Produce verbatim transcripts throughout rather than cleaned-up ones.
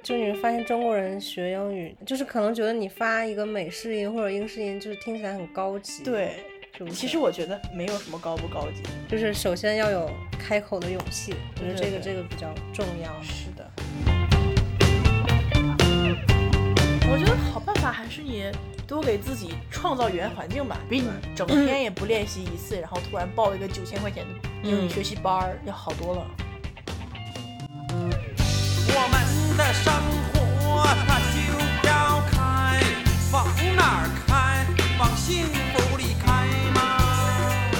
就你发现中国人学英语，就是可能觉得你发一个美式音或者英式音，就是听起来很高级。 对， 是不是？ 其实我觉得没有什么高不高级， 就是首先要有开口的勇气，我觉得这个这个比较重要。 是的。我觉得好办法还是你多给自己创造语言环境吧，比你整天也不练习一次，然后突然报一个九千块钱的英语学习班、嗯、要好多了。 我们的生活它就要开，往哪儿开？往幸福里开吗？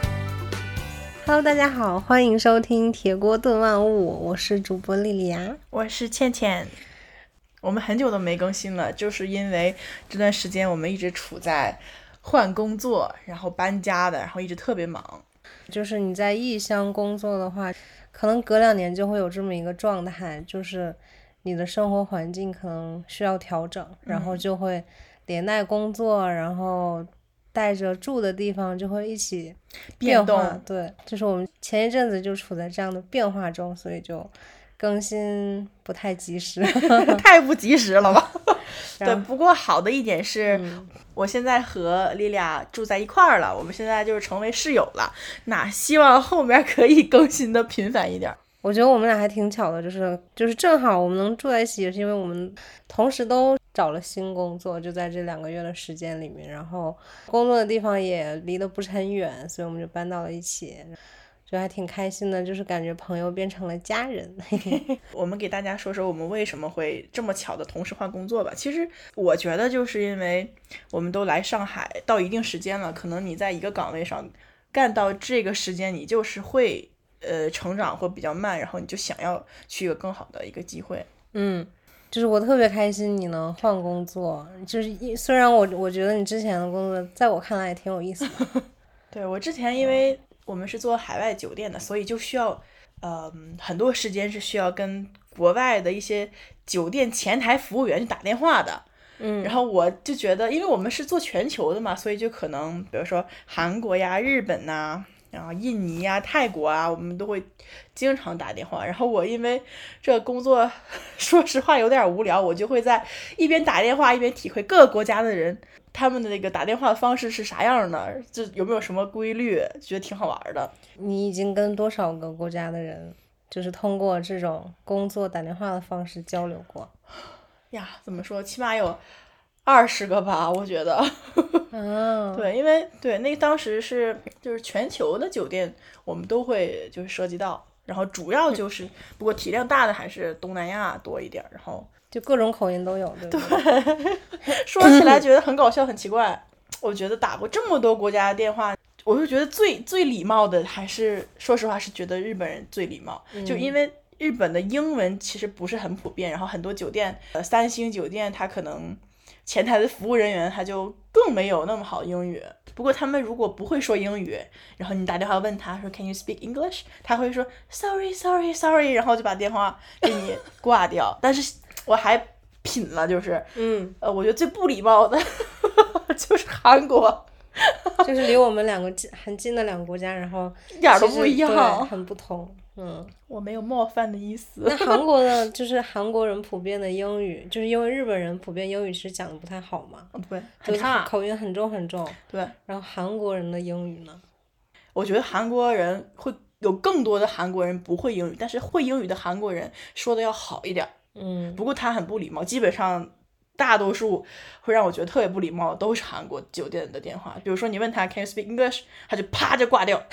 Hello， 大家好，欢迎收听铁锅炖万物，我是主播莉莉娅， 我是倩倩。我们很久都没更新了，就是因为这段时间我们一直处在换工作，然后搬家的，然后一直特别忙。 就是你在异乡工作的话，可能隔两年就会有这么一个状态，就是你的生活环境可能需要调整，然后就会连带工作，然后带着住的地方就会一起变化。 变动。对， 就是我们前一阵子就处在这样的变化中，所以就更新不太及时太不及时了吧对，不过好的一点是、嗯、我现在和莉莉娅住在一块儿了，我们现在就是成为室友了，那希望后面可以更新的频繁一点。 我觉得我们俩还挺巧的，就是就是正好我们能住在一起，也是因为我们同时都找了新工作，就在这两个月的时间里面，然后工作的地方也离得不是很远，所以我们就搬到了一起，就还挺开心的，就是感觉朋友变成了家人我们给大家说说我们为什么会这么巧的同时换工作吧。其实我觉得就是因为我们都来上海到一定时间了，可能你在一个岗位上干到这个时间，你就是会呃成长会比较慢，然后你就想要去一个更好的一个机会。 嗯，就是我特别开心你能换工作，就是虽然我我觉得你之前的工作在我看来也挺有意思的对，我之前因为我们是做海外酒店的，所以就需要呃很多时间是需要跟国外的一些酒店前台服务员去打电话的。 嗯， 然后我就觉得因为我们是做全球的嘛，所以就可能比如说韩国呀、日本呐，然后印尼呀、泰国啊，我们都会经常打电话。然后我因为这个工作说实话有点无聊，我就会在一边打电话一边体会各个国家的人他们的那个打电话的方式是啥样的，就有没有什么规律，觉得挺好玩的。 你已经跟多少个国家的人就是通过这种工作打电话的方式交流过呀？怎么说，起码有二十个吧，我觉得嗯， 对，因为对那当时是就是全球的酒店我们都会就是涉及到，然后主要就是不过体量大的还是东南亚多一点，然后就各种口音都有，对不对？说起来觉得很搞笑很奇怪我觉得打过这么多国家的电话，我就觉得最最礼貌的还是说实话是觉得日本人最礼貌、嗯、就因为日本的英文其实不是很普遍，然后很多酒店呃三星酒店它可能前台的服务人员他就更没有那么好英语，不过他们如果不会说英语，然后你打电话问他说 Can you speak English， 他会说 Sorry sorry sorry， 然后就把电话给你挂掉但是我还品了，就是嗯呃，我觉得最不礼貌的就是韩国就是离我们两个近很近的两个国家，然后一点都不一样， 很不同。嗯， 我没有冒犯的意思。 那韩国的就是韩国人普遍的英语，就是因为日本人普遍英语其实讲的不太好嘛， 对，很差， 口音很重很重。 对， 然后韩国人的英语呢？ 我觉得韩国人会有更多的韩国人不会英语，但是会英语的韩国人说的要好一点。 嗯， 不过他很不礼貌，基本上大多数会让我觉得特别不礼貌都是韩国酒店的电话，比如说你问他 Can you speak English， 他就啪就挂掉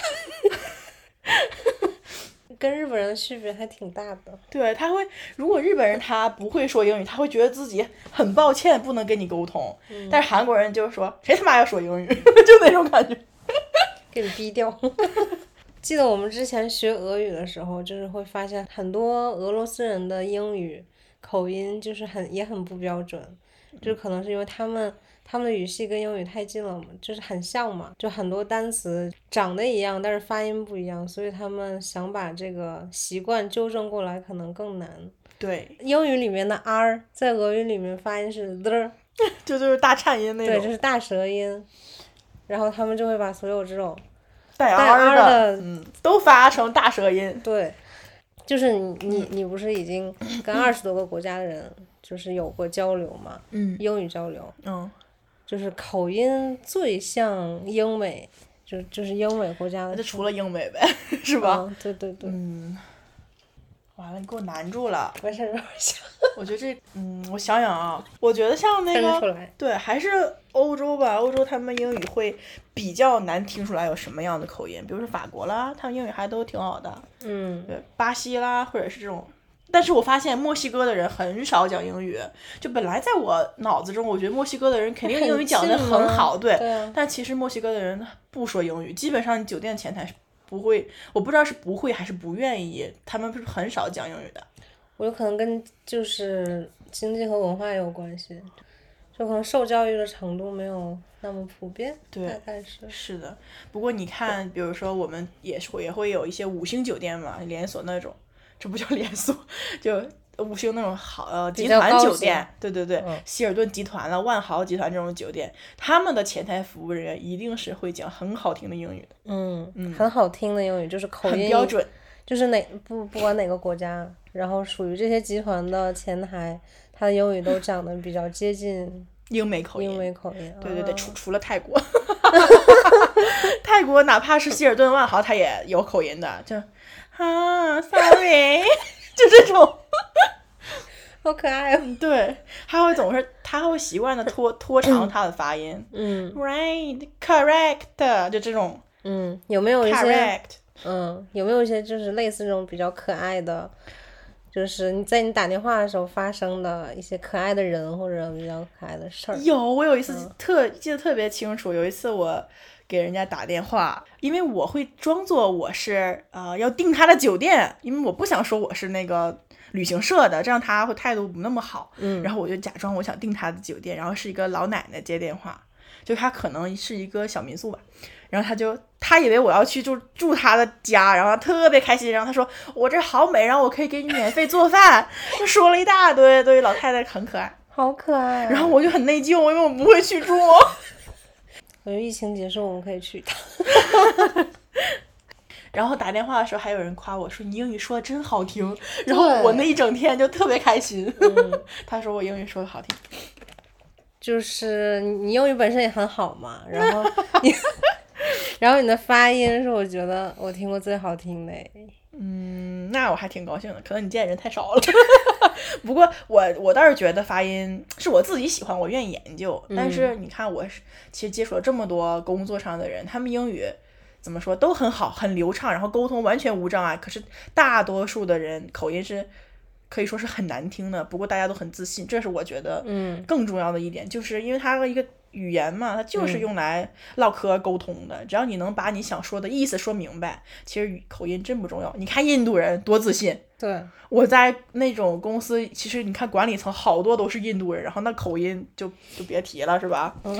跟日本人的区别还挺大的。 对，他会如果日本人他不会说英语，他会觉得自己很抱歉不能跟你沟通、嗯、但是韩国人就是说谁他妈要说英语就那种感觉给你逼掉记得我们之前学俄语的时候，就是会发现很多俄罗斯人的英语口音就是很也很不标准，就可能是因为他们他们的语系跟英语太近了嘛，就是很像嘛，就很多单词长得一样但是发音不一样，所以他们想把这个习惯纠正过来可能更难。 对， 英语里面的 R 在俄语里面发音是 the 这就是大颤音那种， 对，这是大舌音，然后他们就会把所有这种带 R 的嗯，都发成大舌音。 对， 就是你你你不是已经跟二十多个国家的人就是有过交流嘛？ 嗯英语交流， 嗯， 就是口音最像英美，就就是英美国家的。 那就除了英美呗，是吧？ 嗯，对对对。 嗯，完了，你给我难住了。 没事，让我想。 我觉得这，嗯，我想想啊，我觉得像那个， 看得出来。 对，还是欧洲吧，欧洲他们英语会比较难听出来有什么样的口音，比如说法国啦，他们英语还都挺好的。 嗯， 对，巴西啦，或者是这种。但是我发现墨西哥的人很少讲英语，就本来在我脑子中，我觉得墨西哥的人肯定英语讲得很好，对， 对啊、 但其实墨西哥的人不说英语，基本上酒店前台是不会，我不知道是不会还是不愿意，他们是很少讲英语的。 我有可能跟就是经济和文化有关系，就可能受教育的程度没有那么普遍， 对， 大概是。 是的，不过你看，比如说我们也是也会有一些五星酒店嘛，连锁那种，这不叫连锁，就五星那种好呃集团酒店，对对对， 嗯、 希尔顿集团了、万豪集团这种酒店，他们的前台服务人员一定是会讲很好听的英语的， 嗯嗯， 很好听的英语，就是口音很标准， 就是哪不不管哪个国家，然后属于这些集团的前台，他的英语都讲的比较接近英美口音， 英美口音， 对对对， 啊、 除除了泰国，泰国哪怕是希尔顿、万豪，它也有口音的，就啊 ，sorry， 就这种。 好可爱哦！ 对，他会总是他会习惯的拖拖长他的发音， 嗯 ，right correct， 就这种， 嗯，有没有一些 correct， 嗯，有没有一些就是类似这种比较可爱的，就是你在你打电话的时候发生的一些可爱的人或者比较可爱的事儿？ 有，我有一次特、嗯、记得特别清楚，有一次我给人家打电话，因为我会装作我是呃要订他的酒店，因为我不想说我是那个旅行社的，这样他会态度不那么好。 嗯， 然后我就假装我想订他的酒店，然后是一个老奶奶接电话，就他可能是一个小民宿吧，然后他就他以为我要去住住他的家，然后他特别开心，然后他说我这好美，然后我可以给你免费做饭，就说了一大堆，对，老太太很可爱， 好可爱、啊。 然后我就很内疚，因为我不会去住。 我觉得疫情结束我们可以去一趟。 然后打电话的时候还有人夸我说你英语说的真好听，然后我那一整天就特别开心。 嗯、 他说我英语说的好听， 就是你英语本身也很好嘛，然后你然后你的发音是我觉得我听过最好听的。 嗯，那我还挺高兴的，可能你见的人太少了。不过我我倒是觉得发音是我自己喜欢，我愿意研究。 嗯、 但是你看我其实接触了这么多工作上的人，他们英语怎么说都很好，很流畅，然后沟通完全无障碍。可是大多数的人口音是可以说是很难听的，不过大家都很自信，这是我觉得更重要的一点，嗯、就是因为它一个语言嘛，它就是用来唠嗑沟通的，嗯、只要你能把你想说的意思说明白，其实口音真不重要。你看印度人多自信， 对， 我在那种公司，其实你看管理层好多都是印度人，然后那口音就就别提了，是吧？ 嗯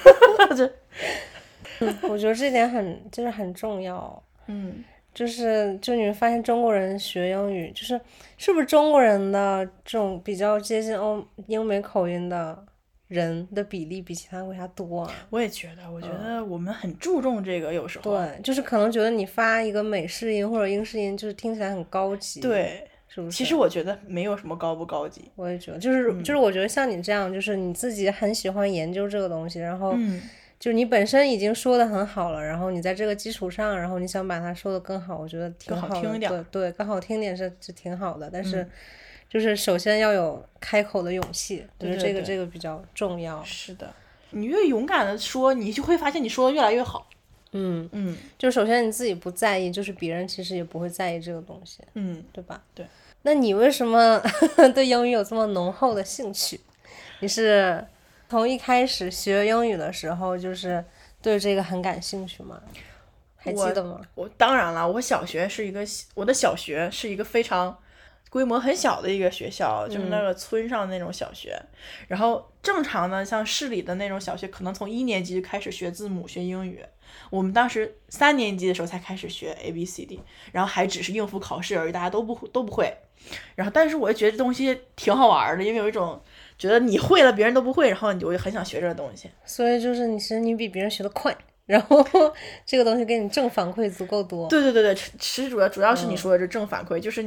嗯，我觉得这点很就是很重要。 嗯， 就是就你会发现中国人学英语，就是是不是中国人的这种比较接近欧英美口音的人的比例比其他国家多啊？ 我也觉得，我觉得我们很注重这个，有时候对，就是可能觉得你发一个美式音或者英式音，就是听起来很高级， 对， 是不是？ 其实我觉得没有什么高不高级， 我也觉得，就是、 嗯、 就是我觉得像你这样，就是你自己很喜欢研究这个东西，然后嗯。 就是你本身已经说的很好了，然后你在这个基础上，然后你想把它说的更好，我觉得挺好的， 更好听一点， 对对，更好听点是是挺好的，但是就是首先要有开口的勇气， 嗯、 就是这个对对对这个比较重要。 是的，你越勇敢的说，你就会发现你说的越来越好。 嗯嗯， 就首先你自己不在意，就是别人其实也不会在意这个东西， 嗯， 对吧？ 对。 那你为什么对英语有这么浓厚的兴趣？你是从一开始学英语的时候就是对这个很感兴趣吗？还记得吗？ 我, 我当然了，我小学是一个我的小学是一个非常规模很小的一个学校，就是那个村上那种小学、嗯、然后正常的像市里的那种小学可能从一年级就开始学字母学英语，我们当时三年级的时候才开始学 A B C D， 然后还只是应付考试而已，大家都不都不会。然后但是我觉得这东西挺好玩的，因为有一种觉得你会了别人都不会，然后你就会很想学这个东西。 所以就是你其实你比别人学得快，然后这个东西给你正反馈足够多。 对对对对，其实主要主要是你说的这正反馈、嗯、就是你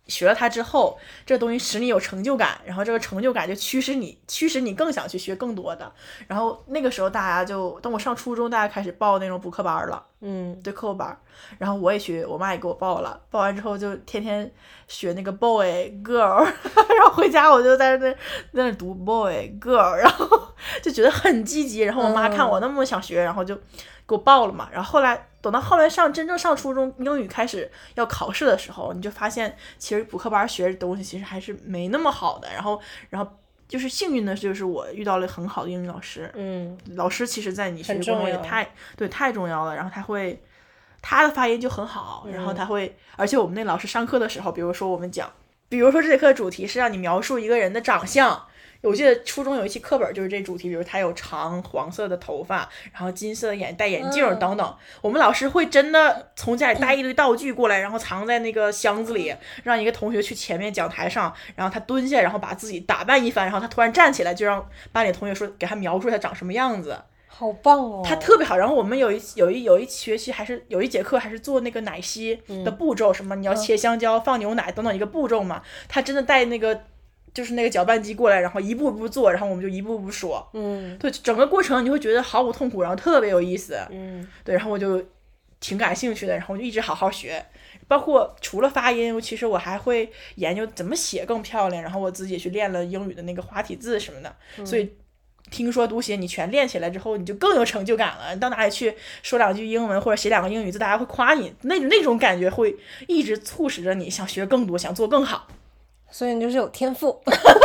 学了它之后，这东西使你有成就感，然后这个成就感就驱使你驱使你更想去学更多的。然后那个时候大家就等我上初中，大家开始报那种补课班了， 嗯， 对，课后班。然后我也学，我妈也给我报了，报完之后就天天学那个 boy girl， 然后回家我就在那在那读 boy girl， 然后就觉得很积极。然后我妈看我那么想学，然后就给我报了嘛。然后后来等到后来上真正上初中，英语开始要考试的时候，你就发现其实补课班学的东西其实还是没那么好的。然后然后就是幸运的就是我遇到了很好的英语老师， 嗯， 老师其实在你学过程中也太对太重要了。然后他会他的发音就很好，然后他会、嗯、而且我们那老师上课的时候，比如说我们讲比如说这节课的主题是让你描述一个人的长相，我记得初中有一期课本就是这主题，比如他有长黄色的头发，然后金色的眼戴眼镜等等、嗯、我们老师会真的从家里带一堆道具过来，然后藏在那个箱子里，让一个同学去前面讲台上，然后他蹲下，然后把自己打扮一番，然后他突然站起来，就让班里同学说给他描述他长什么样子。 好棒哦， 他特别好。然后我们有一有一有一学期还是有一节课还是做那个奶昔的步骤、嗯、什么你要切香蕉、嗯、放牛奶等等一个步骤嘛，他真的带那个就是那个搅拌机过来，然后一步步做，然后我们就一步步说， 嗯， 对，整个过程你会觉得毫无痛苦，然后特别有意思， 嗯， 对，然后我就挺感兴趣的，然后我就一直好好学，包括除了发音，其实我还会研究怎么写更漂亮，然后我自己也去练了英语的那个滑体字什么的、嗯、所以听说读写你全练起来之后，你就更有成就感了，你到哪里去说两句英文或者写两个英语字，大家会夸你，那那种感觉会一直促使着你想学更多，想做更好， 所以你就是有天赋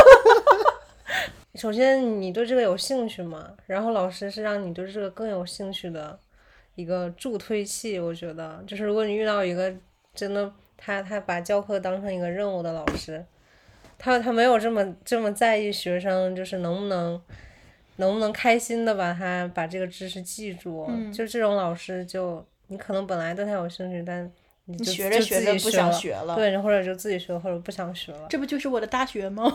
首先你对这个有兴趣嘛，然后老师是让你对这个更有兴趣的一个助推器。我觉得就是如果你遇到一个真的他他把教课当成一个任务的老师，他他没有这么这么在意学生就是能不能能不能开心的把他把这个知识记住、嗯、就这种老师，就你可能本来对他有兴趣，但你就你学着学着不想学了， 对，或者就自己学或者不想学了。 这不就是我的大学吗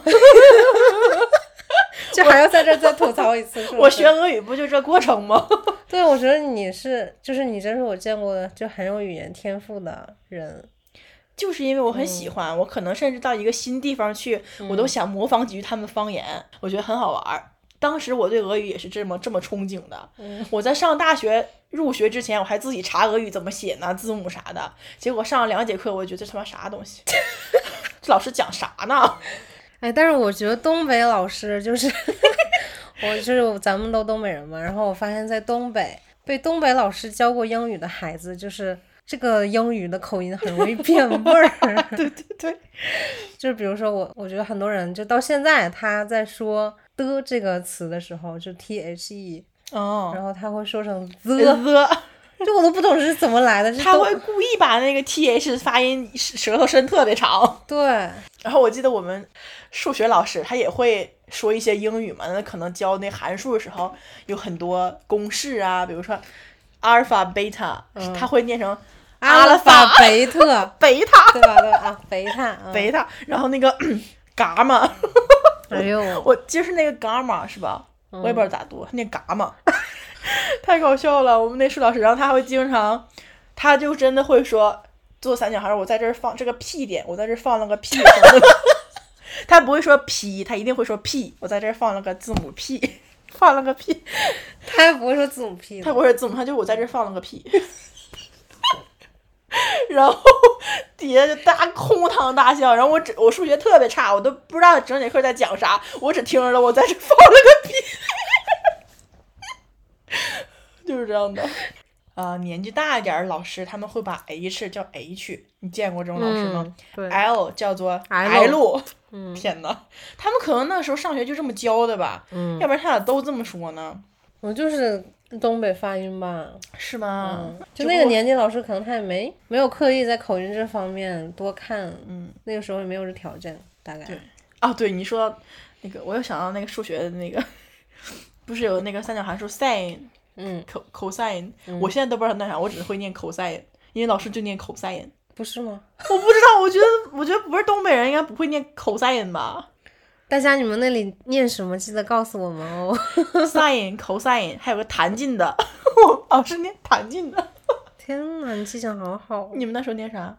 就还要在这儿再吐槽一次是不是？ 我学俄语不就这过程吗对，我觉得你是就是你真是我见过的就很有语言天赋的人， 就是因为我很喜欢、嗯、我可能甚至到一个新地方去、嗯、我都想模仿几句他们方言，我觉得很好玩。当时我对俄语也是这么这么憧憬的、嗯、我在上大学入学之前我还自己查俄语怎么写呢，字母啥的，结果上了两节课我觉得这他妈啥东西这老师讲啥呢。 哎，但是我觉得东北老师就是我就是咱们都东北人嘛，然后我发现在东北被东北老师教过英语的孩子，就是这个英语的口音很容易变味儿对对对， 就是比如说我我觉得很多人就到现在他在说的这个词的时候就 T H E 哦， 然后他会说成 the the， 就我都不懂是怎么来的， 他会故意把那个 T H 发音舌头伸特别长。 对， 然后我记得我们数学老师他也会说一些英语嘛，那可能教那函数的时候有很多公式啊，比如说阿尔法贝塔，他会念成阿尔法贝特贝塔， 对吧？对吧？啊，贝塔， 贝塔，然后那个伽马， 哎呦， 我就是那个伽马是吧？我也不知道咋读，念伽马，太搞笑了。我们那数老师，然后他会经常，他就真的会说做三角函数，我在这儿放这个 P 点，我在这儿放了个 P 什么的。他不会说 P， 他一定会说 P， 我在这儿放了个字母 P， 放了个 P。 他还不会说字母 P， 他不会说字母，他就我在这儿放了个 P。然后底下就大家哄堂大笑，然后我只我数学特别差，我都不知道整节课在讲啥，我只听着了我在这放了个屁就是这样的啊、呃。年纪大一点的老师他们会把 H 叫 H， 你见过这种老师吗、 嗯、对 L 叫做 L, L、 嗯、 天哪，他们可能那时候上学就这么教的吧、嗯、要不然他俩都这么说呢。 我就是东北发音吧， 是吗、 嗯、就那个年纪老师可能他也没没有刻意在口音这方面多看， 嗯， 那个时候也没有这条件大概。 对啊，对你说到那个我又想到那个数学的那个不是有那个三角函数 sin 嗯 cosine、嗯、我现在都不知道那啥，我只会念 cosine， 因为老师就念 cosine。 不是吗？ 我不知道，我觉得我觉得不是东北人应该不会念 cosine 吧。 大家你们那里念什么记得告诉我们哦。 sin cosine 还有个弹进的老师念弹进的。 天哪，你记性好好。 你们那时候念啥？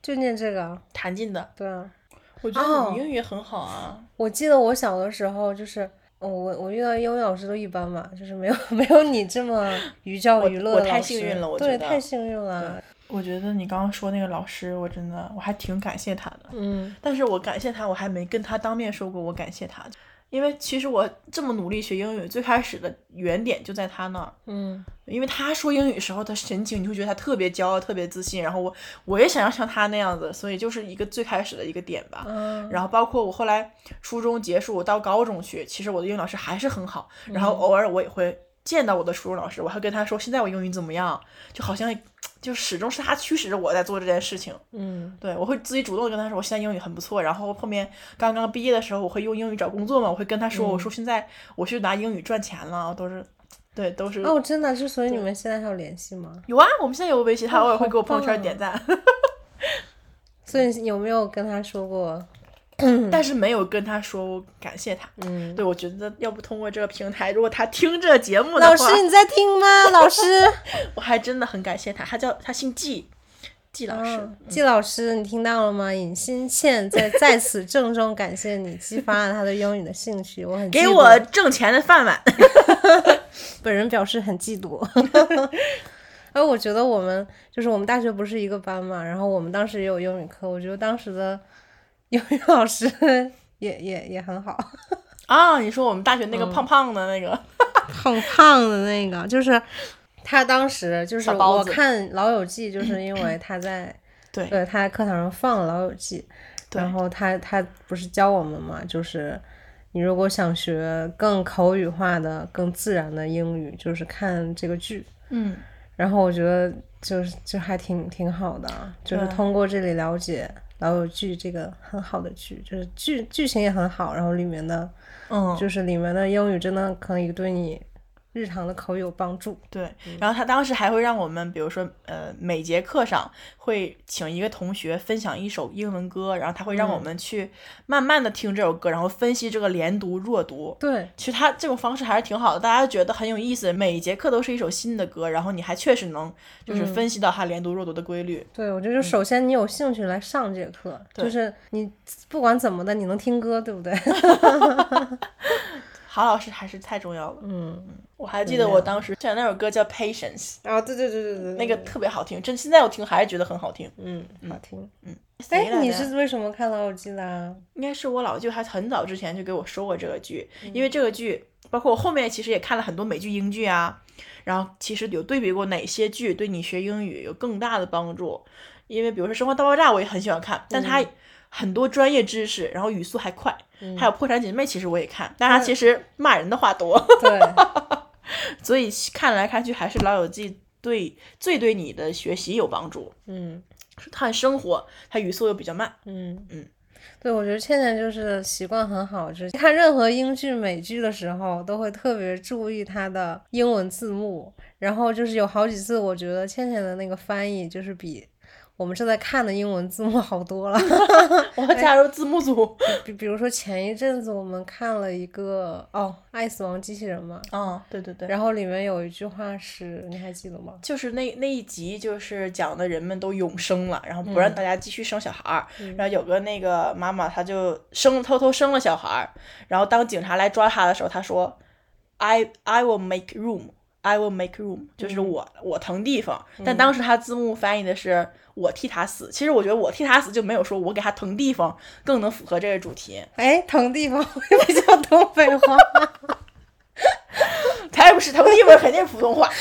就念这个。 弹进的。 对啊， 我觉得你英语很好啊。 哦、我记得我小的时候就是我我遇到英语老师都一般嘛，就是没有没有你这么寓教于乐的老师。 我太幸运了，我觉得对，太幸运了。 我觉得你刚刚说那个老师，我真的我还挺感谢他的。 嗯， 但是我感谢他，我还没跟他当面说过我感谢他。因为其实我这么努力学英语，最开始的原点就在他那儿。 嗯， 因为他说英语时候的神情，你会觉得他特别骄傲，特别自信。然后我我也想要像他那样子，所以就是一个最开始的一个点吧。 嗯， 然后包括我后来初中结束到高中去，其实我的英语老师还是很好。然后偶尔我也会见到我的初中老师，我还跟他说现在我英语怎么样，就好像就始终是他驱使着我在做这件事情。 嗯， 对，我会自己主动跟他说我现在英语很不错。然后后面刚刚毕业的时候，我会用英语找工作嘛，我会跟他说、嗯、我说现在我去拿英语赚钱了，都是对都是哦，真的是。所以你们现在还有联系吗？ 有啊，我们现在有微信，他偶尔会给我朋友圈点赞、哦、 所以有没有跟他说过？ 但是没有跟他说感谢他。 嗯， 对，我觉得要不通过这个平台，如果他听这节目的话， 老师你在听吗？老师我还真的很感谢他。他叫他姓季，季老师、哦、 季老师你听到了吗？尹新倩在在此郑重感谢你，激发了他的英语的兴趣，我很给我挣钱的饭碗本人表示很嫉妒而我觉得我们就是我们大学不是一个班嘛，然后我们当时也有英语课，我觉得当时的英语老师也也也很好啊。你说我们大学那个胖胖的那个、嗯、 胖胖的那个，就是他当时就是我看老友记，就是因为他在对对他在课堂上放老友记，然后他他不是教我们嘛，就是你如果想学更口语化的更自然的英语，就是看这个剧。 嗯， 然后我觉得就是就还挺挺好的，就是通过这里了解老友剧这个很好的剧，就是剧剧情也很好，然后里面的嗯， 就是里面的英语真的可以对你日常的口语有帮助。 对，然后他当时还会让我们比如说呃每节课上会请一个同学分享一首英文歌，然后他会让我们去慢慢的听这首歌、嗯、然后分析这个连读弱读。 对， 其实他这种方式还是挺好的，大家觉得很有意思，每一节课都是一首新的歌，然后你还确实能就是分析到他连读弱读的规律、 嗯、对，我觉得首先你有兴趣来上这个课、嗯、就是你不管怎么的你能听歌，对不对好老师还是太重要了。 嗯， 我还记得我当时选那首歌叫 Patience 啊、哦，对对对对 对, 对， 那个特别好听，真现在我听还是觉得很好听。 嗯，好听。 嗯， 哎，你是为什么看老友记的啊？ 应该是我老舅还很早之前就给我说过这个剧、嗯、因为这个剧包括我后面其实也看了很多美剧英剧啊，然后其实有对比过哪些剧对你学英语有更大的帮助。因为比如说生活大爆炸我也很喜欢看，但它很多专业知识，然后语速还快、嗯、还有破产姐妹其实我也看，但它其实骂人的话多。 对所以看来看去还是老友记对最对你的学习有帮助。 嗯， 它很生活，它语速又比较慢。 嗯嗯， 对，我觉得倩倩就是习惯很好，就是看任何英剧美剧的时候都会特别注意它的英文字幕，然后就是有好几次我觉得倩倩的那个翻译就是比我们正在看的英文字幕好多了我要加入字幕组。 比比如说前一阵子我们看了一个哦爱死亡机器人嘛。 嗯，对对对。 然后里面有一句话是你还记得吗？ 就是那那一集就是讲的人们都永生了，然后不让大家继续生小孩、嗯、然后有个那个妈妈她就生偷偷生了小孩，然后当警察来抓她的时候她说 I I will make room I will make room 就是我、嗯、我腾地方，但当时他字幕翻译的是我替他死、嗯、其实我觉得我替他死就没有说我给他腾地方更能符合这个主题。 哎，腾地方会比较东北话才不是，腾地方肯定是普通话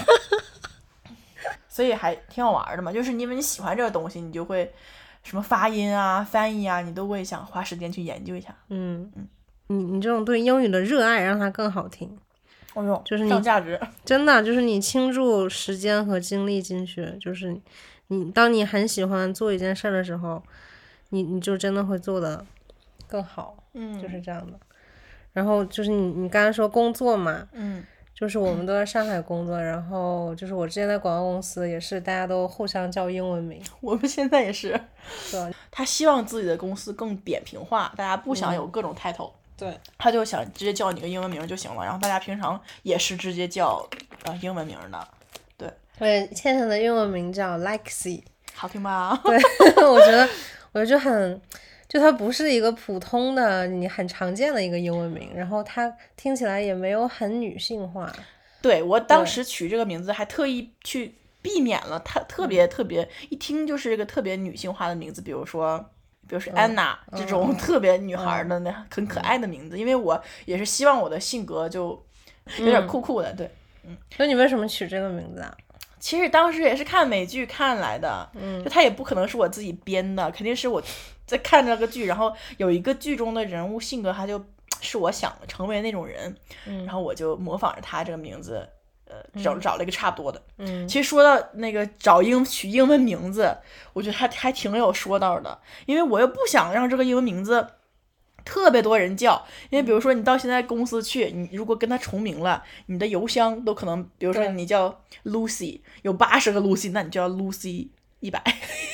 所以还挺好玩的嘛，就是因为你喜欢这个东西你就会什么发音啊翻译啊你都会想花时间去研究一下。 嗯嗯，你你这种对英语的热爱让它更好听。 哦呦， 就是你上价值， 真的就是你倾注时间和精力进去，就是你当你很喜欢做一件事的时候，你你就真的会做得更好。 嗯， 就是这样的。然后就是你你刚才说工作嘛， 嗯， 就是我们都在上海工作、嗯、然后就是我之前在广告公司也是大家都互相叫英文名， 我们现在也是。 对， 他希望自己的公司更扁平化，大家不想有各种 title、嗯，对，他就想直接叫你个英文名就行了，然后大家平常也是直接叫呃英文名的。对， 对，倩倩的英文名叫 Lexi， 好听吧？ 对，我觉得我觉得就很，就它不是一个普通的你很常见的一个英文名，然后它听起来也没有很女性化。 对，我当时取这个名字还特意去避免了它特别特别、嗯、一听就是一个特别女性化的名字，比如说比如说安娜、嗯、这种特别女孩的那、嗯、很可爱的名字、嗯、因为我也是希望我的性格就有点酷酷的、嗯、对，嗯。 所以你为什么取这个名字啊？ 其实当时也是看美剧看来的，嗯，就它也不可能是我自己编的，肯定是我在看这个剧，然后有一个剧中的人物性格，他就是我想成为那种人，嗯，然后我就模仿着他这个名字，呃，找找了一个差不多的，嗯，其实说到那个找英取英文名字，我觉得还还挺有说道的，因为我又不想让这个英文名字特别多人叫，因为比如说你到现在公司去，你如果跟他重名了，你的邮箱都可能，比如说你叫 Lucy， 有八十个 Lucy， 那你就叫 Lucy 一百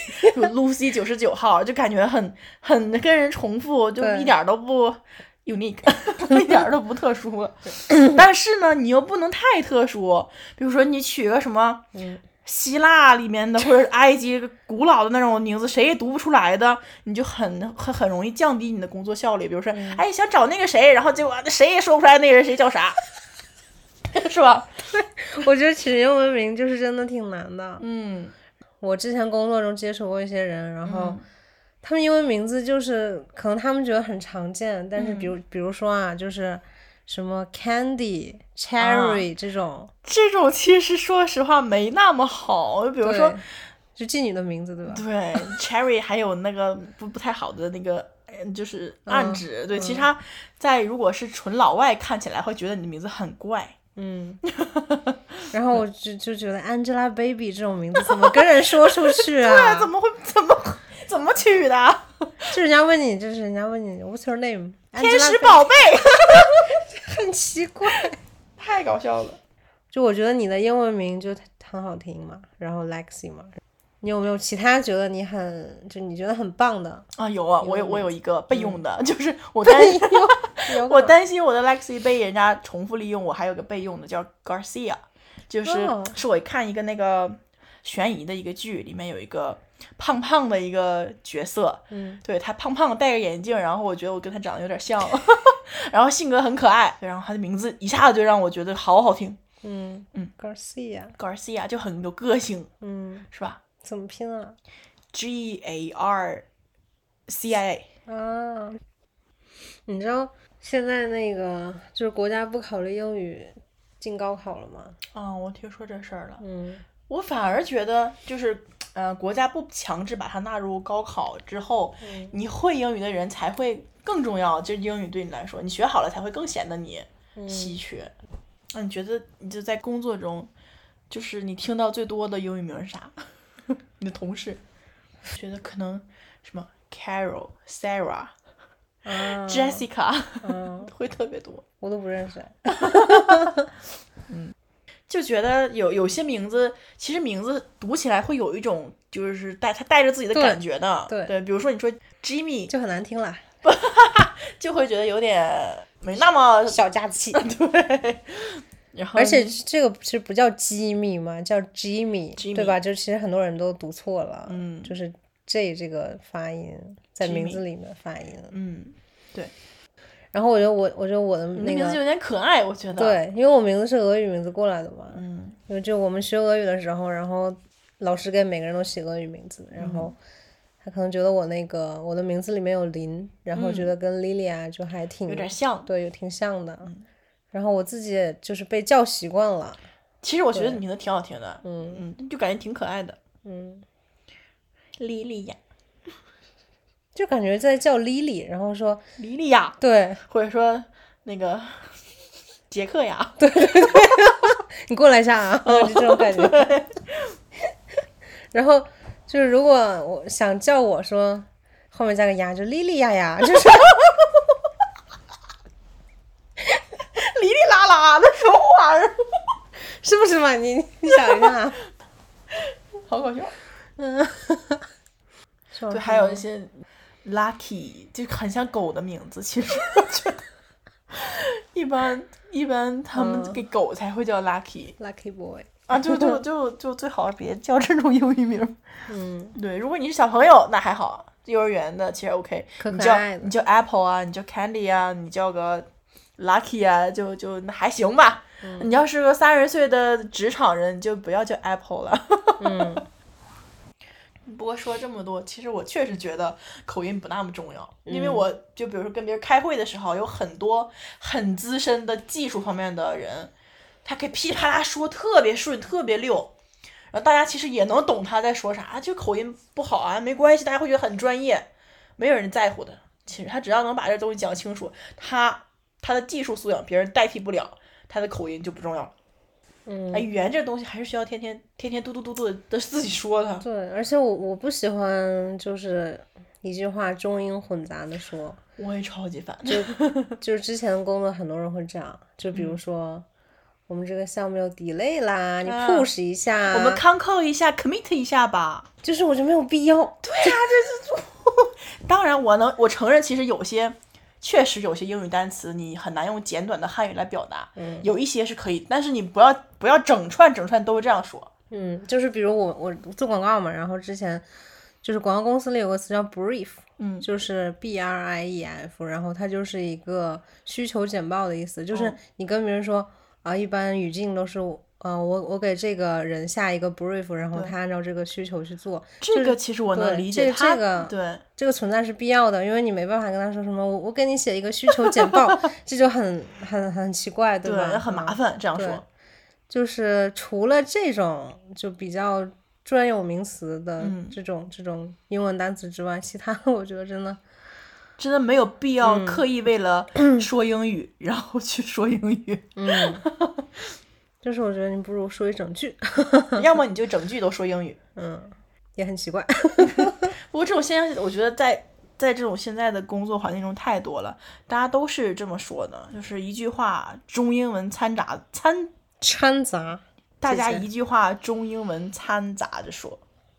，Lucy 九十九号，就感觉很很跟人重复，就一点都不 unique， 一点都不特殊。但是呢，你又不能太特殊，比如说你取个什么。嗯希腊里面的或者埃及古老的那种名字，谁也读不出来的，你就很很很容易降低你的工作效率。比如说，嗯、哎，想找那个谁，然后结果谁也说不出来那个人谁叫啥，是吧？ 对，我觉得取英文名就是真的挺难的。 嗯， 我之前工作中接触过一些人，然后他们英文名字就是可能他们觉得很常见，但是比如、嗯、比如说啊，就是什么 Candy、Cherry、啊、这种， 这种其实说实话没那么好。比如说， 就妓女的名字对吧？ 对，Cherry 还有那个不不太好的那个，就是暗指。嗯、对，其实他在如果是纯老外看起来会觉得你的名字很怪。 嗯，然后我就就觉得 Angelababy 这种名字怎么跟人说出去啊？ 对，怎么会怎么怎么取的？ 就人家问你，就是人家问你 What's your name？ 天使宝贝。 很奇怪， 太搞笑了。 就我觉得你的英文名就很好听嘛，然后 Lexi 嘛，你有没有其他觉得你很就你觉得很棒的啊？有啊，我有我有一个备用的，嗯、就是我担心我担心我的 Lexi 被人家重复利用，我还有个备用的叫 Garcia， 就是、哦、是我看一个那个悬疑的一个剧，里面有一个胖胖的一个角色，嗯，对，他胖胖戴个眼镜，然后我觉得我跟他长得有点像。然后性格很可爱，然后他的名字一下子就让我觉得好好听。 嗯嗯 Garcia Garcia 就很有个性， 嗯， 是吧？ 怎么拼啊 ？G A R C I A 啊。你知道现在那个就是国家不考虑英语进高考了吗？ 啊，我听说这事儿了。 嗯， 我反而觉得就是呃，国家不强制把它纳入高考之后，嗯、你会英语的人才会。更重要，就是英语对你来说，你学好了才会更显得你稀缺。那、嗯、你觉得你就在工作中，就是你听到最多的英语名是啥？你的同事觉得可能什么 Carol、Sarah、Jessica、啊、会特别多， 我都不认识。 嗯，就觉得有有些名字，其实名字读起来会有一种就是带它带着自己的感觉的。 对对, 对，比如说你说 Jimmy 就很难听了。 就会觉得有点没那么小家气， 对。然后， 而且这个其实不叫机密嘛，叫 Jimmy， 对吧？就其实很多人都读错了，嗯，就是 J 这个发音在名字里面发音， 嗯，对。 然后我觉得我，我觉得我的那个名字有点可爱，我觉得。 对，因为我名字是俄语名字过来的嘛， 嗯， 因为就我们学俄语的时候，然后老师给每个人都起俄语名字，然后。嗯他可能觉得我那个我的名字里面有林，然後覺得跟 Lilia 就还挺、 嗯、有點像， 对，有挺像的、嗯。然后我自己就是被叫習慣了。 其實我覺得你名字挺好聽的，嗯嗯，就感覺挺可愛的。 嗯 ，Lilia， 就感覺在叫 Lily， 然後說 Lilia， 對， 或者說那個傑克呀， 對對對，你過來一下啊，就這種感覺。然後。就是如果我想叫我说后面加个呀，就莉莉呀呀，就是哩哩啦啦的什么玩意儿， 是不是嘛？你你想一下， 好搞笑。 嗯， 对，还有一些 Lucky 就很像狗的名字，其实我觉得一般一般他们给狗才会叫 Lucky、 嗯、Lucky Boy。 啊，就就就就最好别叫这种英语名。 嗯， 对，如果你是小朋友那还好，幼儿园的其实 OK， 可你叫可爱的你叫 Apple 啊，你叫 Candy 啊，你叫个 Lucky 啊，就就那还行吧。 嗯你要是个三十岁的职场人，你就不要叫 Apple 了。 嗯不过说这么多，其实我确实觉得口音不那么重要，因为嗯我就比如说跟别人开会的时候，有很多很资深的技术方面的人，他可以噼里啪啦说特别顺，特别溜，然后大家其实也能懂他在说啥，就口音不好啊，没关系，大家会觉得很专业，没有人在乎的。其实他只要能把这东西讲清楚，他他的技术素养别人代替不了，他的口音就不重要。 嗯哎，语言这东西还是需要天天天天嘟嘟嘟嘟的的自己说的。 对，而且我我不喜欢就是一句话中英混杂的说， 我也超级烦。 就就是之前工作很多人会这样，就比如嗯说、我们这个项目要 delay 啦，你啊 push 一下， 我们 concall 一下 commit 一下吧。 就是我觉得没有必要。 对呀、这是当然我能我承认，其实有些确实有些英语单词你很难用简短的汉语来表达， 嗯有一些是可以，但是你不要不要整串整串都这样说。 嗯，就是比如我我做广告嘛，然后之前就是广告公司里有个词叫 brief， 嗯就是 B R I E F，然后它就是一个需求简报的意思，就是嗯你跟别人说啊，一般语境都是呃，我我给这个人下一个 brief，然后对他按照这个需求去做。 这个其实我能对理解， 这他这个对这个存在是必要的，因为你没办法跟他说什么，我我给你写一个需求简报，这就很很很奇怪，对吧？ 对很麻烦这样对说。 就是除了这种就比较专有名词的嗯这种、这种英文单词之外，其他的我觉得真的， 真的没有必要嗯刻意为了说英语、然后去说英语， 嗯，就是我觉得你不如说一整句， 要么你就整句都说英语。 嗯，也很奇怪。 不过这种现象，我觉得在在这种现在的工作环境中太多了，大家都是这么说的，就是一句话中英文掺杂掺， 掺杂， 大家谢谢一句话中英文掺杂着说，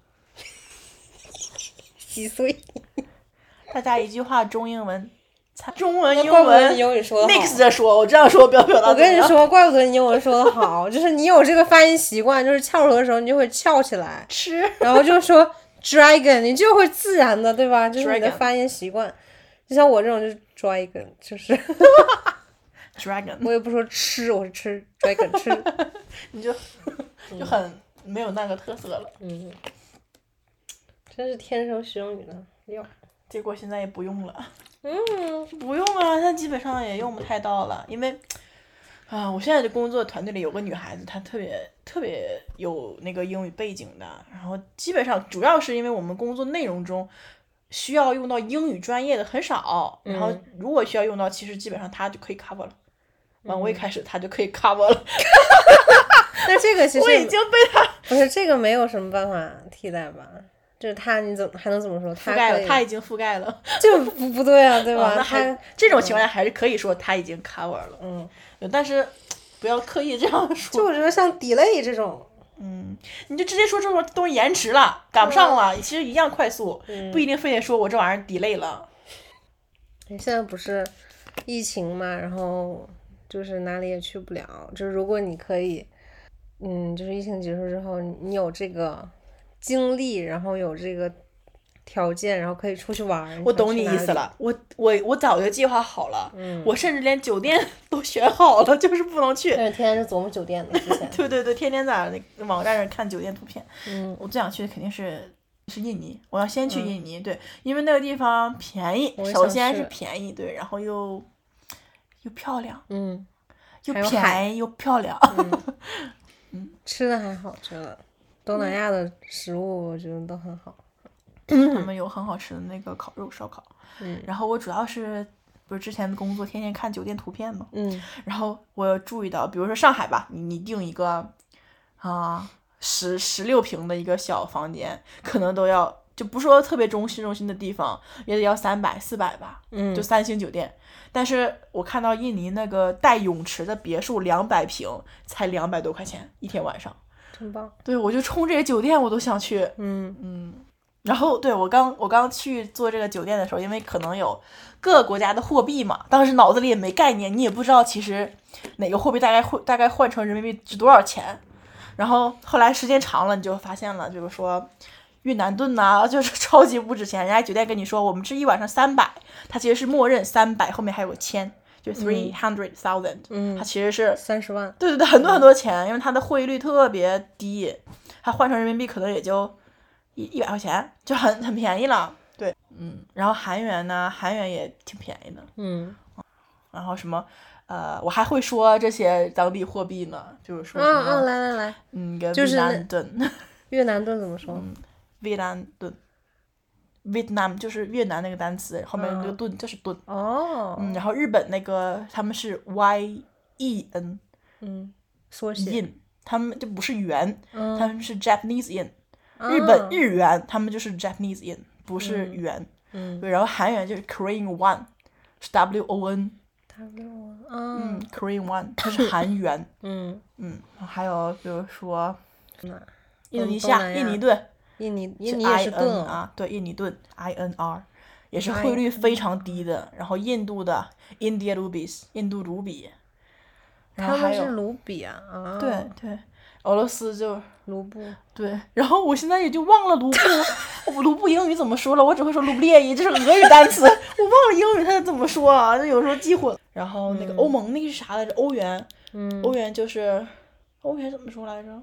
几岁？ 大家一句话中英文掺中文英怪不得你文英语说的好 mix 着说，我这样说表表达我跟怎么样你说，怪不得你英文说的好，就是你有这个发音习惯，就是翘舌的时候你就会翘起来， 吃然后就说 dragon，你就会自然的，对吧？就是你的 Dragon 发音习惯。就像我这种就是 dragon，就是 dragon， 我也不说吃，我是吃 dragon 吃。 你就就很没有那个特色了。 嗯，真是天生学英语的料。 结果现在也不用了， 嗯， 不用啊，现在基本上也用不太到了，因为啊，我现在的工作团队里有个女孩子，她特别特别有那个英语背景的，然后基本上主要是因为我们工作内容中需要用到英语专业的很少，然后如果需要用到，其实基本上她就可以 cover 了。往我一开始她就可以 cover 了， 但这个其实我已经被她不是这个没有什么办法替代吧？就是他，你怎么还能怎么说？ 覆盖了， 他可以她已经覆盖了， 就不不对啊，对吧？ 哦那还他这种情况下还是可以说她已经 cover 了， 嗯， 但是不要刻意这样说。 就我觉得像 delay 这种， 嗯，你就直接说这种东西延迟了，赶不上了，其实一样快速，不一定非得说我这玩意儿 delay 了。 现在不是疫情嘛，然后就是哪里也去不了。就是如果你可以，嗯，就是疫情结束之后，你有这个精力，然后有这个条件，然后可以出去玩。 我懂你想去哪里。 意思了，我我我早就计划好了， 嗯我甚至连酒店都选好了，就是不能去。 但是天天是琢磨酒店的之前。 对对对，天天在那网站上看酒店图片。 嗯， 我最想去的肯定是是印尼，我要先去印尼，对，因为那个地方便宜， 我也想首先是去便宜，对，然后又又漂亮， 嗯， 又还有海便宜又漂亮。 吃的还好，觉得东南亚的食物我觉得都很好。 他们有很好吃的那个烤肉烧烤， 嗯然后我主要是不是之前的工作天天看酒店图片嘛， 嗯然后我注意到，比如说上海吧，你你订一个啊十十六平的一个小房间，可能都要就不说特别中心中心的地方，也得要三百四百吧， 嗯， 就三星酒店。但是我看到印尼那个带泳池的别墅两百平才两百多块钱一天晚上， 真棒。 对我就冲这些酒店我都想去， 嗯嗯。然后对我刚我刚去做这个酒店的时候，因为可能有各个国家的货币嘛，当时脑子里也没概念，你也不知道其实哪个货币大概会大概换成人民币值多少钱， 然后后来时间长了，你就发现了，比如说越南盾呐、啊，就是超级不值钱。人家酒店跟你说我们这一晚上三百，它其实是默认三百，后面还有个千，就 three hundred thousand， 嗯， 它其实是三十万。 对对对，很多很多钱，因为它的汇率特别低，它换成人民币可能也就一一百块钱，就很很便宜了。对，嗯，然后韩元呢，韩元也挺便宜的。 嗯， 然后什么？呃，我还会说这些当地货币呢，就是说什么， 嗯嗯，来来来， 嗯，个就是越南盾， 越南盾怎么说？ 嗯，越南盾 ，Vietnam 就是越南那个单词，后面那个盾就是盾。 哦。 嗯，然后日本那个他们是 Y E N， 嗯，缩写。 yen， 他们就不是元， 嗯、 他们是 Japanese yen，、嗯、日本日元他们就是 Japanese yen， 不是元。 嗯， 对，然后韩元就是 Korean won， 是 W O N。W O N， 嗯 ，Korean won， 它是韩元。 嗯嗯，还有比如说印度尼西亚、 亚、印尼盾， 印尼印尼也是盾、哦、 啊，对，印尼盾 I N R， 也是汇率非常低的。然后印度的 India rupees， 印度卢比，然后还有他们是卢比啊，啊对对，俄罗斯就卢布。 对，然后我现在也就忘了卢布，我卢布英语怎么说了？我只会说卢布列伊，这是俄语单词，我忘了英语它怎么说啊？就有时候记混。然后那个欧盟那个是啥来着？欧元， 嗯， 欧元就是欧元怎么说来着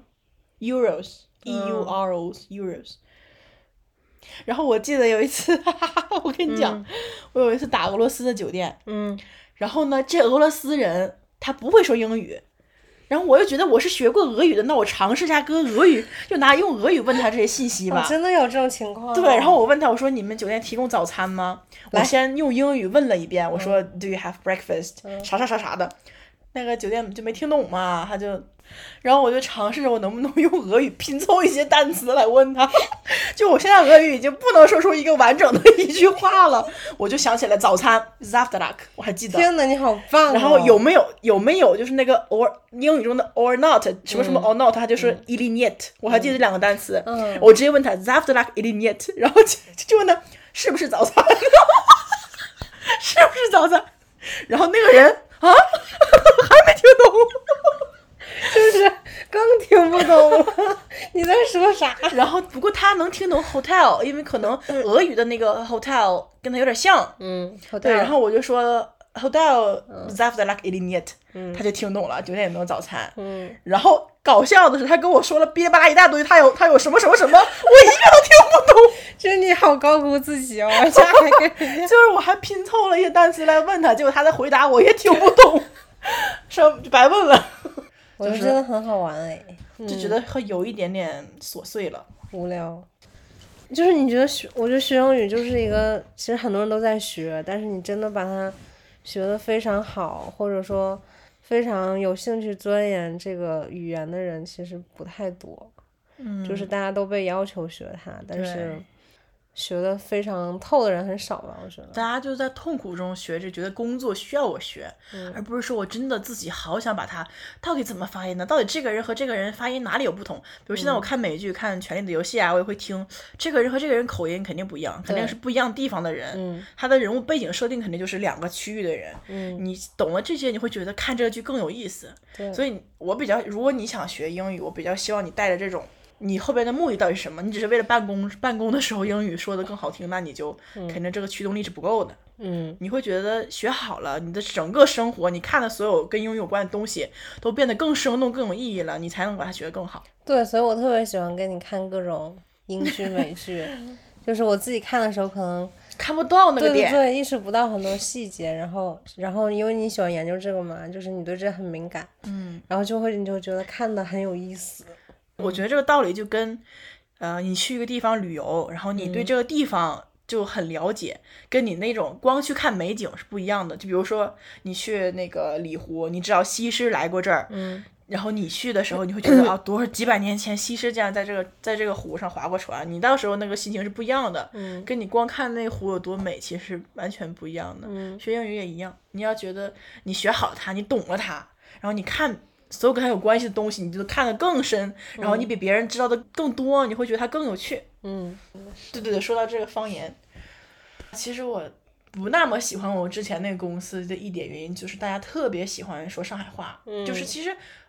？Euros，E U R O S，Euros。然后我记得有一次，哈哈哈，我跟你讲， 嗯、 我有一次打俄罗斯的酒店， 嗯， 然后呢，这俄罗斯人他不会说英语。然后我又觉得我是学过俄语的，那我尝试一下跟俄语，就拿用俄语问他这些信息吧。 哦、真的有这种情况？ 对，然后我问他，我说你们酒店提供早餐吗？我先用英语问了一遍，我说、嗯、Do you have breakfast？、嗯、啥啥啥啥的，那个酒店就没听懂嘛，他就，然后我就尝试着我能不能用俄语拼凑一些单词来问他。就我现在俄语已经不能说出一个完整的一句话了，我就想起来早餐 Zavtrak， 我还记得。 天哪，你好棒、哦！ 然后有没有有没有就是那个 or 英语中的 or not 什么什么 or not，、嗯、它就是 ili niet，、嗯、我还记得这两个单词。嗯，我直接问他 Zavtrak ili niet， 然后就就问他是不是早餐，是不是早餐？然后那个人啊还没听懂。 就是更听不懂了，你在说啥？ 然后不过他能听懂 hotel， 因为可能俄语的那个 hotel 跟他有点像。 嗯， 对。然后我就说 hotel Zavtrak ili niet， 他就听懂了，酒店有没有早餐。 嗯。 然后搞笑的是，他跟我说了哔哩吧啦一大堆，他有他有什么什么什么，我一个都听不懂。 就是你好高估自己哦，这还跟人家就是我还拼凑了一些单词来问他，结果他的回答我也听不懂，上就白问了。 我觉得真的很好玩哎， 就觉得会有一点点琐碎了， 嗯、无聊。就是你觉得学，我觉得学英语就是一个，其实很多人都在学，但是你真的把它学得非常好，或者说非常有兴趣钻研这个语言的人，其实不太多。 嗯， 就是大家都被要求学它，但是学得非常透的人很少吧，我觉得。 大家就在痛苦中学着，觉得工作需要我学、嗯、而不是说我真的自己好想把它到底怎么发音呢？到底这个人和这个人发音哪里有不同？比如现在我看美剧、嗯、看《权力的游戏》啊，我也会听这个人和这个人口音肯定不一样，肯定是不一样地方的人、 嗯、 他的人物背景设定肯定就是两个区域的人、 嗯、 你懂了这些，你会觉得看这个剧更有意思。 对， 所以我比较，如果你想学英语，我比较希望你带着这种你后边的目的到底是什么？你只是为了办公办公的时候英语说的更好听，那你就肯定这个驱动力是不够的。 嗯， 你会觉得学好了，你的整个生活，你看的所有跟英语有关的东西都变得更生动、更有意义了，你才能把它学得更好。 对，所以我特别喜欢跟你看各种英剧、美剧，就是我自己看的时候可能看不到那个点， 对对对，意识不到很多细节，然后然后因为你喜欢研究这个嘛，就是你对这很敏感， 嗯， 然后就会你就觉得看得很有意思。 我觉得这个道理就跟，呃，你去一个地方旅游，然后你对这个地方就很了解，嗯、跟你那种光去看美景是不一样的。就比如说你去那个里湖，你知道西施来过这儿， 嗯， 然后你去的时候，你会觉得啊，多少几百年前西施这样在这个在这个湖上划过船，你到时候那个心情是不一样的， 嗯， 跟你光看那湖有多美，其实完全不一样的。 嗯， 学英语也一样，你要觉得你学好它，你懂了它，然后你看所有跟它有关系的东西，你就看得更深，然后你比别人知道的更多，你会觉得它更有趣。 嗯， 对对对，说到这个方言，其实我不那么喜欢我之前那个公司的一点原因，就是大家特别喜欢说上海话。 嗯， 就是其实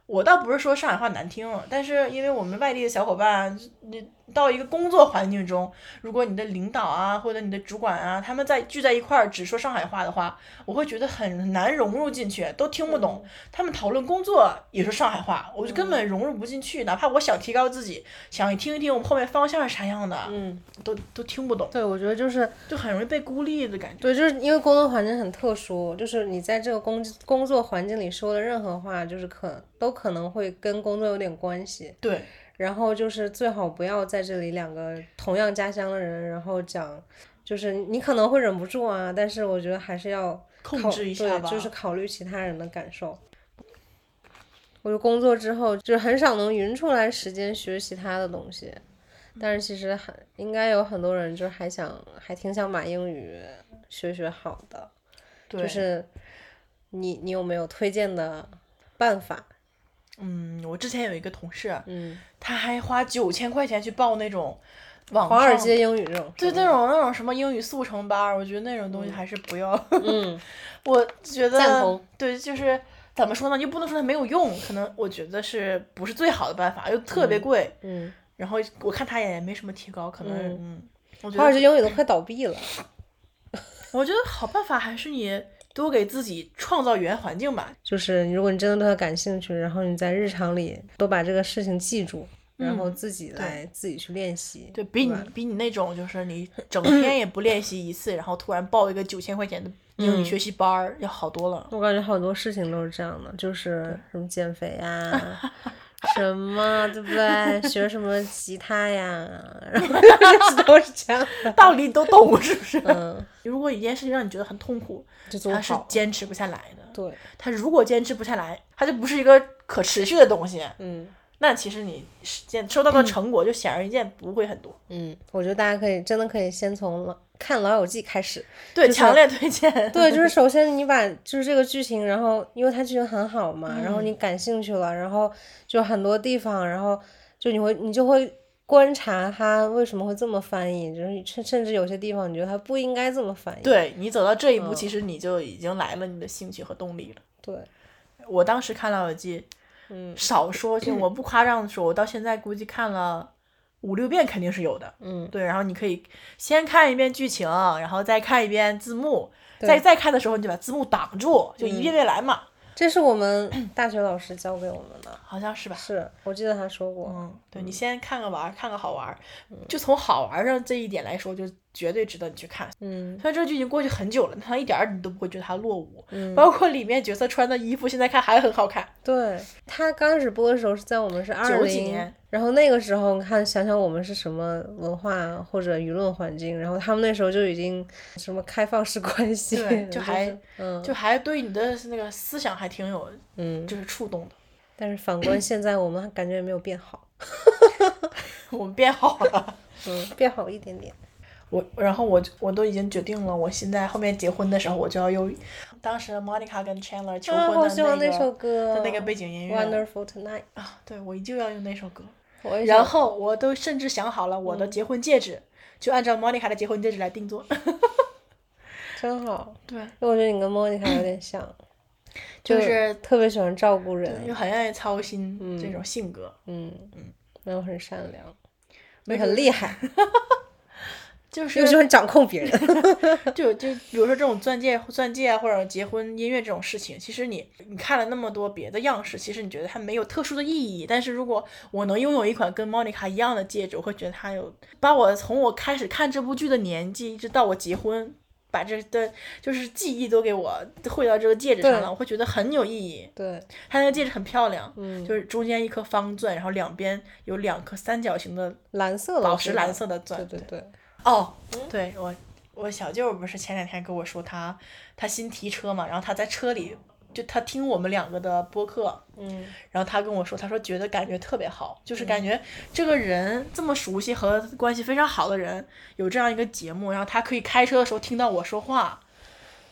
我倒不是说上海话难听，但是因为我们外地的小伙伴，你到一个工作环境中，如果你的领导啊或者你的主管啊，他们在聚在一块儿只说上海话的话，我会觉得很难融入进去，都听不懂。嗯、他们讨论工作也说上海话，我就根本融入不进去。嗯、哪怕我想提高自己，想听一听我们后面方向是啥样的，嗯，都都听不懂。 对，我觉得就是就很容易被孤立的感觉。 对，就是因为工作环境很特殊，就是你在这个工工作环境里说的任何话，就是可都可能会跟工作有点关系。 对。 然后就是最好不要在这里两个同样家乡的人，然后讲，就是你可能会忍不住啊，但是我觉得还是要控制一下吧， 对，就是考虑其他人的感受。我就工作之后就很少能匀出来时间学其他的东西，但是其实还应该有很多人就是还想还挺想把英语学学好的。 对， 就是你你有没有推荐的办法？ 嗯，我之前有一个同事， 嗯， 他还花九千块钱去报那种网上华尔街英语这种， 对那种那种什么英语速成班，我觉得那种东西还是不要。 嗯， 我觉得赞同。 对，就是怎么说呢，又不能说它没有用，可能我觉得是不是最好的办法，又特别贵。 嗯。嗯然后我看他也没什么提高，可能嗯，嗯我觉得华尔街英语都快倒闭了。 我觉得好办法还是你。多给自己创造语言环境吧， 就是如果你真的对它感兴趣，然后你在日常里多把这个事情记住，嗯、然后自己来自己去练习。 对，比你比你那种就是你整天也不练习一次，然后突然报一个九千块钱的英语学习班、嗯、要好多了。 我感觉好多事情都是这样的，就是什么减肥呀。什么对不对？学什么吉他呀，然后都是这样的， 道理都懂是不是？ 嗯， 如果一件事情让你觉得很痛苦，他是坚持不下来的。 对， 他如果坚持不下来，他就不是一个可持续的东西。 嗯， 那其实你收到的成果就显而易见不会很多。 嗯，我觉得大家可以真的可以先从看《老友记》开始， 对， 就是、 强烈推荐。 对，就是首先你把就是这个剧情，然后因为它剧情很好嘛， 嗯、 然后你感兴趣了，然后就很多地方，然后就你会你就会观察它为什么会这么翻译，就是甚甚至有些地方你觉得它不应该这么翻译。 对，你走到这一步、嗯，其实你就已经来了你的兴趣和动力了。 对， 我当时看《老友记》， 嗯， 少说就我不夸张的说，我到现在估计看了。五六遍肯定是有的， 嗯， 对，然后你可以先看一遍剧情，然后再看一遍字幕，再再看的时候你就把字幕挡住，就一遍遍来嘛。 嗯、这是我们大学老师教给我们的， 好像是吧？ 是我记得他说过。 嗯，对，你先看个玩，看个好玩，嗯、就从好玩上这一点来说，就绝对值得你去看。 嗯， 虽然这剧已经过去很久了，它一点儿你都不会觉得它落伍， 嗯， 包括里面角色穿的衣服，现在看还很好看。 对，他刚开始播的时候是在我们是二零九几年。 然后那个时候看想想我们是什么文化或者舆论环境，然后他们那时候就已经什么开放式关系， 对，就还、 就是、嗯， 就还对你的那个思想还挺有嗯， 就是触动的。 但是反观现在我们感觉也没有变好。 我们变好了。 嗯，变好一点点。 我然后我我都已经决定了，我现在后面结婚的时候我就要用当时 Monica 跟 Chandler 求婚的那个、 啊、好喜欢那首歌的那个背景音乐 Wonderful Tonight 啊，对，我就要用那首歌。 然后我都甚至想好了我的结婚戒指、嗯、就按照 Monica 的结婚戒指来定做。 真好。 对， 我觉得你跟 Monica 有点像， 就是特别喜欢照顾人， 又很愿意操心、嗯、这种性格。 嗯嗯，然后很善良，又很厉害。 就是又喜欢掌控别人。 就就比如说这种钻戒钻戒啊，或者结婚音乐这种事情，其实你你看了那么多别的样式，其实你觉得它没有特殊的意义，但是如果我能拥有一款跟 Monica 一样的戒指，我会觉得它有把我从我开始看这部剧的年纪一直到我结婚，把这的就是记忆都给我汇到这个戒指上了，我会觉得很有意义。 对， 它那个戒指很漂亮， 嗯， 就是中间一颗方钻，然后两边有两颗三角形的蓝色的宝石蓝色的钻。 对对对。 哦，对，我我小舅不是前两天跟我说他他新提车嘛，然后他在车里就他听我们两个的播客， 嗯， 然后他跟我说，他说觉得感觉特别好，就是感觉这个人这么熟悉和关系非常好的人有这样一个节目，然后他可以开车的时候听到我说话，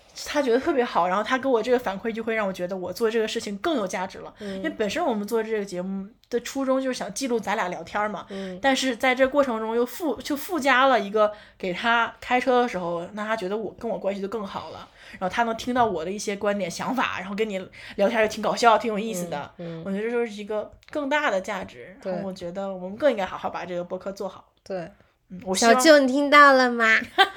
他觉得特别好，然后他给我这个反馈就会让我觉得我做这个事情更有价值了。 嗯、 因为本身我们做这个节目的初衷就是想记录咱俩聊天嘛， 嗯、 但是在这过程中又附就附加了一个给他开车的时候，那他觉得我跟我关系就更好了，然后他能听到我的一些观点想法，然后跟你聊天也挺搞笑挺有意思的。 嗯嗯、 我觉得这就是一个更大的价值，然后我觉得我们更应该好好把这个播客做好。 对， 嗯，我小舅你听到了吗？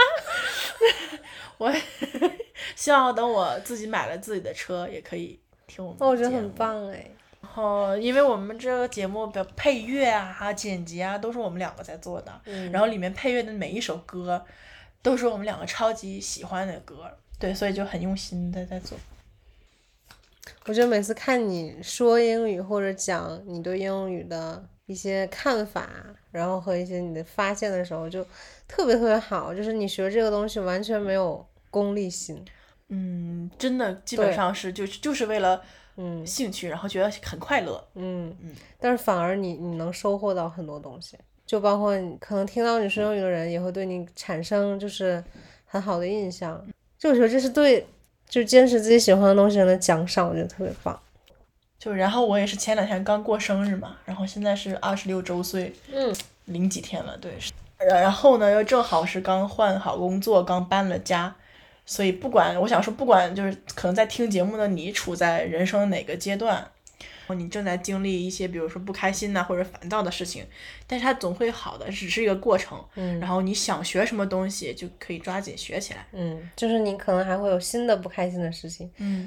我希望等我自己买了自己的车也可以听我们的节目。 我觉得很棒哎。 然后因为我们这个节目的配乐啊剪辑啊都是我们两个在做的、 嗯、 然后里面配乐的每一首歌都是我们两个超级喜欢的歌，对，所以就很用心的在做。 我觉得每次看你说英语或者讲你对英语的一些看法，然后和一些你的发现的时候，就特别特别好，就是你学这个东西完全没有功利心。 嗯，真的基本上是就就是为了嗯兴趣，然后觉得很快乐。 嗯嗯， 但是反而你你能收获到很多东西，就包括你可能听到你说英语的人也会对你产生就是很好的印象。就我觉得这是对就坚持自己喜欢的东西人的奖赏，我觉得特别棒。 就然后我也是前两天刚过生日嘛，然后现在是二十六周岁， 嗯， 零几天了，对。然后呢，又正好是刚换好工作，刚搬了家，所以不管我想说，不管就是可能在听节目的你处在人生哪个阶段，你正在经历一些比如说不开心呐、或者烦躁的事情，但是它总会好的，只是一个过程。 嗯， 然后你想学什么东西就可以抓紧学起来。 嗯，就是你可能还会有新的不开心的事情。 嗯。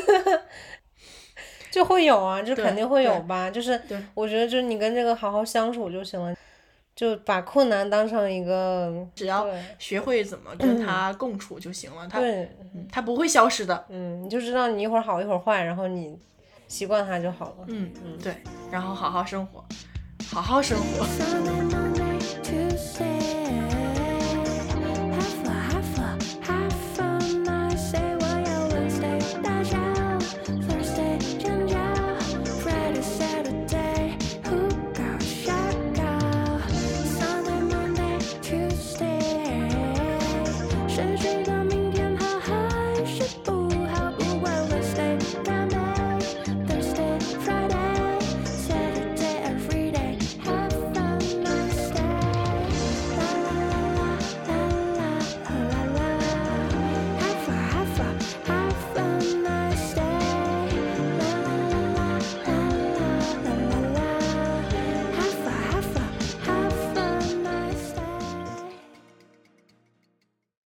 就会有啊，就肯定会有吧，就是我觉得就是你跟这个好好相处就行了，就把困难当成一个， 只要学会怎么跟他共处就行了，他对、 嗯，他不会消失的。 嗯，你就知道你一会儿好一会儿坏，然后你习惯它就好了。 嗯嗯，对，然后好好生活，好好生活。